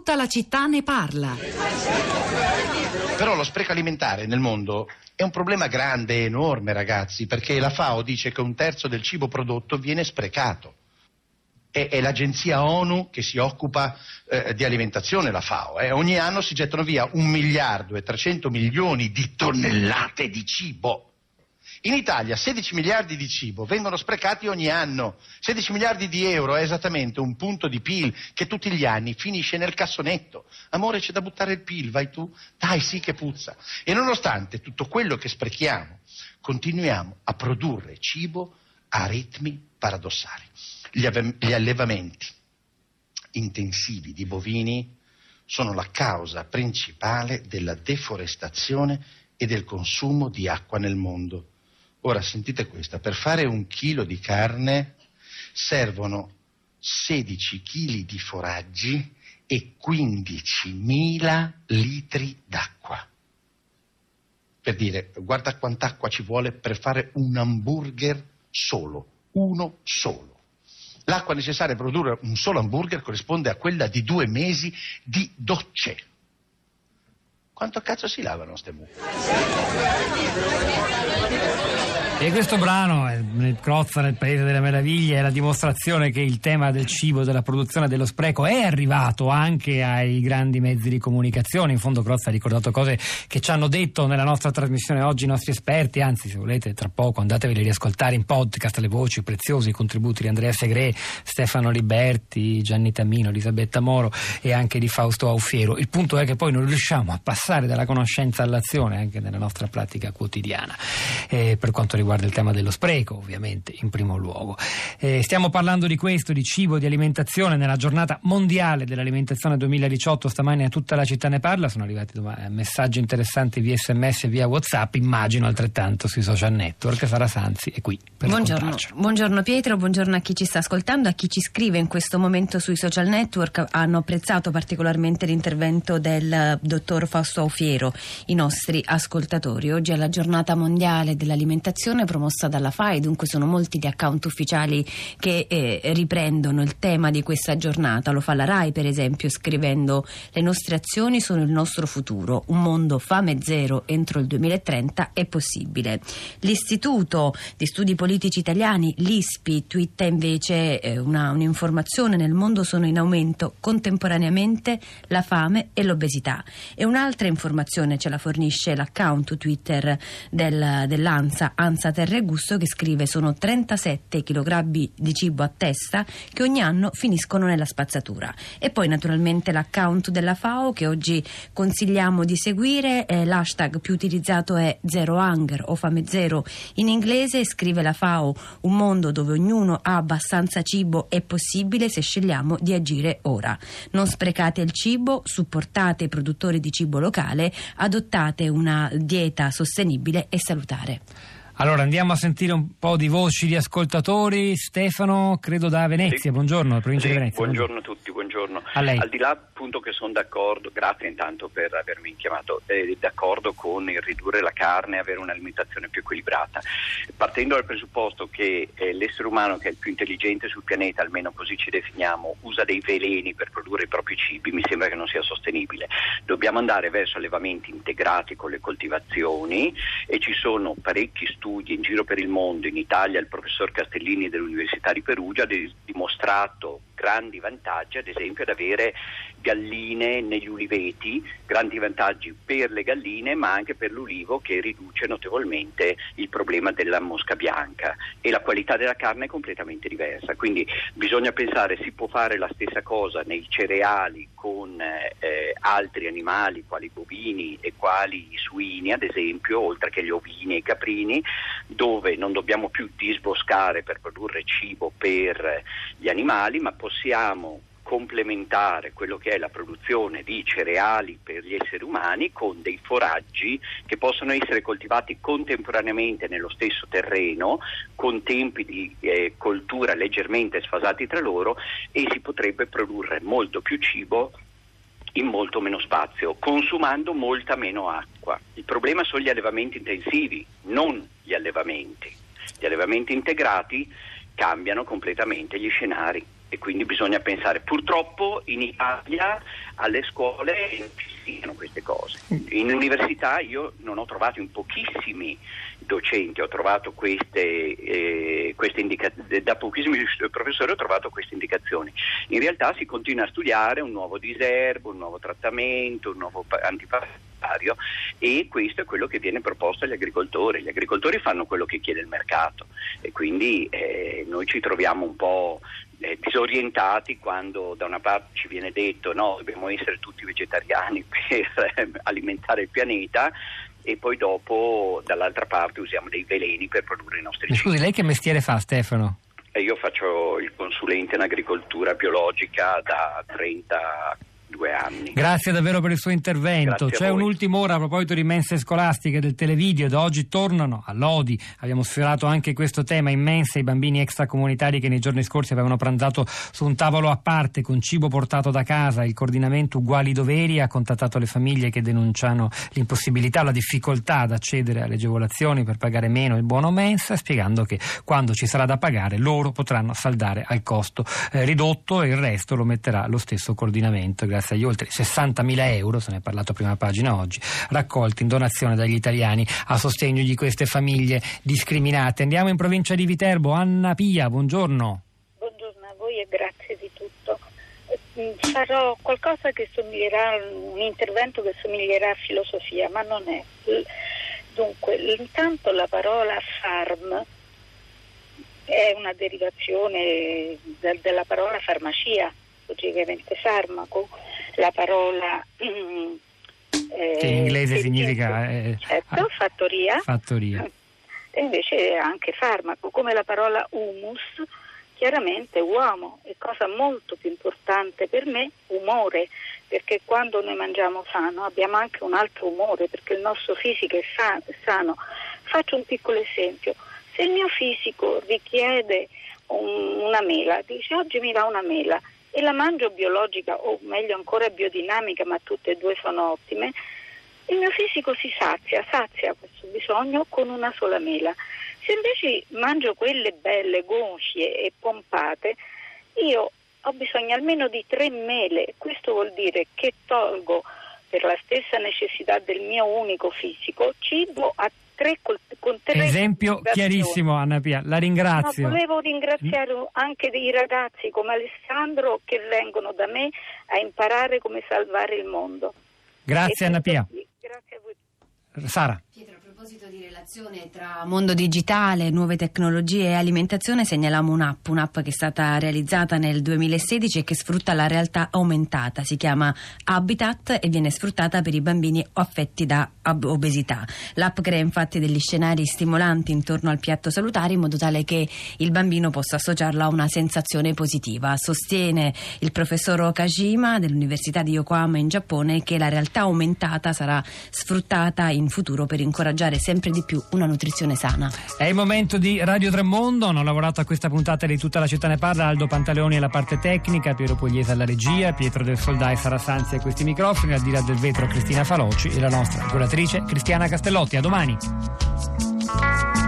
Tutta la città ne parla. Però lo spreco alimentare nel mondo è un problema grande, enorme, ragazzi, perché la FAO dice che 1/3 del cibo prodotto viene sprecato. È l'agenzia ONU che si occupa di alimentazione, la FAO. Ogni anno si gettano via 1.300.000.000.000 di tonnellate di cibo. In Italia 16 miliardi di cibo vengono sprecati ogni anno. 16 miliardi di euro è esattamente un punto di PIL che tutti gli anni finisce nel cassonetto. Amore, c'è da buttare il PIL, vai tu? Dai, sì che puzza. E nonostante tutto quello che sprechiamo, continuiamo a produrre cibo a ritmi paradossali. Gli allevamenti intensivi di bovini sono la causa principale della deforestazione e del consumo di acqua nel mondo. Ora sentite questa, per fare 1 chilo di carne servono 16 chili di foraggi e 15.000 litri d'acqua. Per dire, guarda quant'acqua ci vuole per fare un hamburger solo, uno solo. L'acqua necessaria per produrre un solo hamburger corrisponde a quella di 2 mesi di docce. Quanto cazzo si lavano ste mucche? E questo brano, nel Crozza nel Paese delle Meraviglie, è la dimostrazione che il tema del cibo, della produzione, dello spreco è arrivato anche ai grandi mezzi di comunicazione. In fondo Crozza ha ricordato cose che ci hanno detto nella nostra trasmissione oggi i nostri esperti, anzi se volete tra poco andatevi a riascoltare in podcast le voci preziose, i contributi di Andrea Segre, Stefano Liberti, Gianni Tamino, Elisabetta Moro e anche di Fausto Aufiero. Il punto è che poi non riusciamo a passare dalla conoscenza all'azione anche nella nostra pratica quotidiana, per quanto riguarda il tema dello spreco, ovviamente in primo luogo. Stiamo parlando di questo, di cibo, di alimentazione nella giornata mondiale dell'alimentazione 2018. Stamani a Tutta la città ne parla, sono arrivati messaggi interessanti via SMS e via WhatsApp, immagino altrettanto sui social network. Sara Sanzi è qui per buongiorno Pietro, buongiorno a chi ci sta ascoltando, a chi ci scrive in questo momento sui social network. Hanno apprezzato particolarmente l'intervento del dottor Fausto Aufiero, i nostri ascoltatori. Oggi è la giornata mondiale dell'alimentazione promossa dalla FAI, dunque sono molti gli account ufficiali che riprendono il tema di questa giornata. Lo fa la RAI per esempio scrivendo: le nostre azioni sono il nostro futuro, un mondo fame zero entro il 2030 è possibile. L'Istituto di Studi Politici Italiani, l'ISPI, twitta invece un'informazione: nel mondo sono in aumento contemporaneamente la fame e l'obesità. E un'altra informazione ce la fornisce l'account Twitter dell'ANSA, ANSA Terra e Gusto, che scrive: sono 37 kg di cibo a testa che ogni anno finiscono nella spazzatura. E poi naturalmente l'account della FAO che oggi consigliamo di seguire, l'hashtag più utilizzato è Zero Hunger o Fame Zero in inglese. Scrive la FAO: un mondo dove ognuno ha abbastanza cibo è possibile se scegliamo di agire ora. Non sprecate il cibo, supportate i produttori di cibo locale, adottate una dieta sostenibile e salutare. Allora andiamo a sentire un po' di voci di ascoltatori. Stefano, credo da Venezia, sì. Buongiorno, provincia di Venezia. Buongiorno a tutti, buongiorno. A lei. Al di là appunto che sono d'accordo, grazie intanto per avermi chiamato, d'accordo con il ridurre la carne e avere un'alimentazione più equilibrata, partendo dal presupposto che l'essere umano, che è il più intelligente sul pianeta, almeno così ci definiamo, usa dei veleni per produrre i propri cibi, mi sembra che non sia sostenibile. Dobbiamo andare verso allevamenti integrati con le coltivazioni e ci sono parecchi studi in giro per il mondo. In Italia il professor Castellini dell'Università di Perugia ha dimostrato grandi vantaggi, ad esempio ad avere galline negli uliveti, grandi vantaggi per le galline ma anche per l'ulivo, che riduce notevolmente il problema della mosca bianca, e la qualità della carne è completamente diversa. Quindi bisogna pensare, si può fare la stessa cosa nei cereali con altri animali quali i bovini e quali i suini ad esempio, oltre che gli ovini e i caprini, dove non dobbiamo più disboscare per produrre cibo per gli animali, ma possiamo complementare quello che è la produzione di cereali per gli esseri umani con dei foraggi che possono essere coltivati contemporaneamente nello stesso terreno, con tempi di coltura leggermente sfasati tra loro, e si potrebbe produrre molto più cibo in molto meno spazio, consumando molta meno acqua. Il problema sono gli allevamenti intensivi, non gli allevamenti. Gli allevamenti integrati cambiano completamente gli scenari. e quindi bisogna pensare. Purtroppo in Italia alle scuole non ci siano queste cose. In università io non ho trovato, in pochissimi docenti ho trovato queste indicazioni, da pochissimi professori ho trovato queste indicazioni. In realtà si continua a studiare un nuovo diserbo, un nuovo trattamento, un nuovo antiparasitario, e questo è quello che viene proposto agli agricoltori. Gli agricoltori fanno quello che chiede il mercato e quindi noi ci troviamo un po' disorientati quando da una parte ci viene detto no, dobbiamo essere tutti vegetariani per alimentare il pianeta, e poi dopo dall'altra parte usiamo dei veleni per produrre i nostri cibi. Scusi, lei che mestiere fa, Stefano? Io faccio il consulente in agricoltura biologica da 32 anni. Grazie davvero per il suo intervento. C'è un'ultima ora a proposito di mense scolastiche del televideo. Da oggi tornano all'Odi. Abbiamo sfiorato anche questo tema in mense i bambini extracomunitari che nei giorni scorsi avevano pranzato su un tavolo a parte con cibo portato da casa. Il coordinamento Uguali Doveri ha contattato le famiglie che denunciano l'impossibilità, la difficoltà ad accedere alle agevolazioni per pagare meno il buono mensa, spiegando che quando ci sarà da pagare loro potranno saldare al costo ridotto e il resto lo metterà lo stesso coordinamento, grazie agli oltre 60.000 euro, se ne è parlato a prima pagina oggi, raccolti in donazione dagli italiani a sostegno di queste famiglie discriminate. Andiamo in provincia di Viterbo. Anna Pia, buongiorno. Buongiorno a voi e grazie di tutto. Farò qualcosa che somiglierà, un intervento che somiglierà a filosofia, ma non è. Dunque, intanto la parola farm è una derivazione della parola farmacia, logicamente farmaco. La parola che in inglese significa certo, fattoria, e invece anche farmaco, come la parola humus, chiaramente uomo, e cosa molto più importante per me, umore, perché quando noi mangiamo sano abbiamo anche un altro umore, perché il nostro fisico è sano. Faccio un piccolo esempio: se il mio fisico richiede una mela, dice oggi mi va una mela, e la mangio biologica, o meglio ancora biodinamica, ma tutte e due sono ottime, il mio fisico si sazia questo bisogno con una sola mela. Se invece mangio quelle belle, gonfie e pompate, io ho bisogno almeno di 3 mele. Questo vuol dire che tolgo, per la stessa necessità del mio unico fisico, cibo a con 3 esempio chiarissimo, Anna Pia, la ringrazio. Ma volevo ringraziare anche dei ragazzi come Alessandro che vengono da me a imparare come salvare il mondo. Grazie Anna Pia. Grazie a voi. Sara. Pietro, a proposito di relazione tra mondo digitale, nuove tecnologie e alimentazione, segnaliamo un'app che è stata realizzata nel 2016 e che sfrutta la realtà aumentata. Si chiama Habitat e viene sfruttata per i bambini affetti da obesità. L'app crea infatti degli scenari stimolanti intorno al piatto salutare in modo tale che il bambino possa associarlo a una sensazione positiva. Sostiene il professor Okajima dell'Università di Yokohama in Giappone che la realtà aumentata sarà sfruttata in futuro per incoraggiare sempre di più una nutrizione sana. È il momento di Radio Tremondo. Hanno lavorato a questa puntata di Tutta la città ne parla Aldo Pantaleoni alla parte tecnica, Piero Pugliese alla regia, Pietro del Soldai, Sara Sanzi a questi microfoni, al di là del vetro Cristina Faloci e la nostra curatrice Cristiana Castellotti. A domani.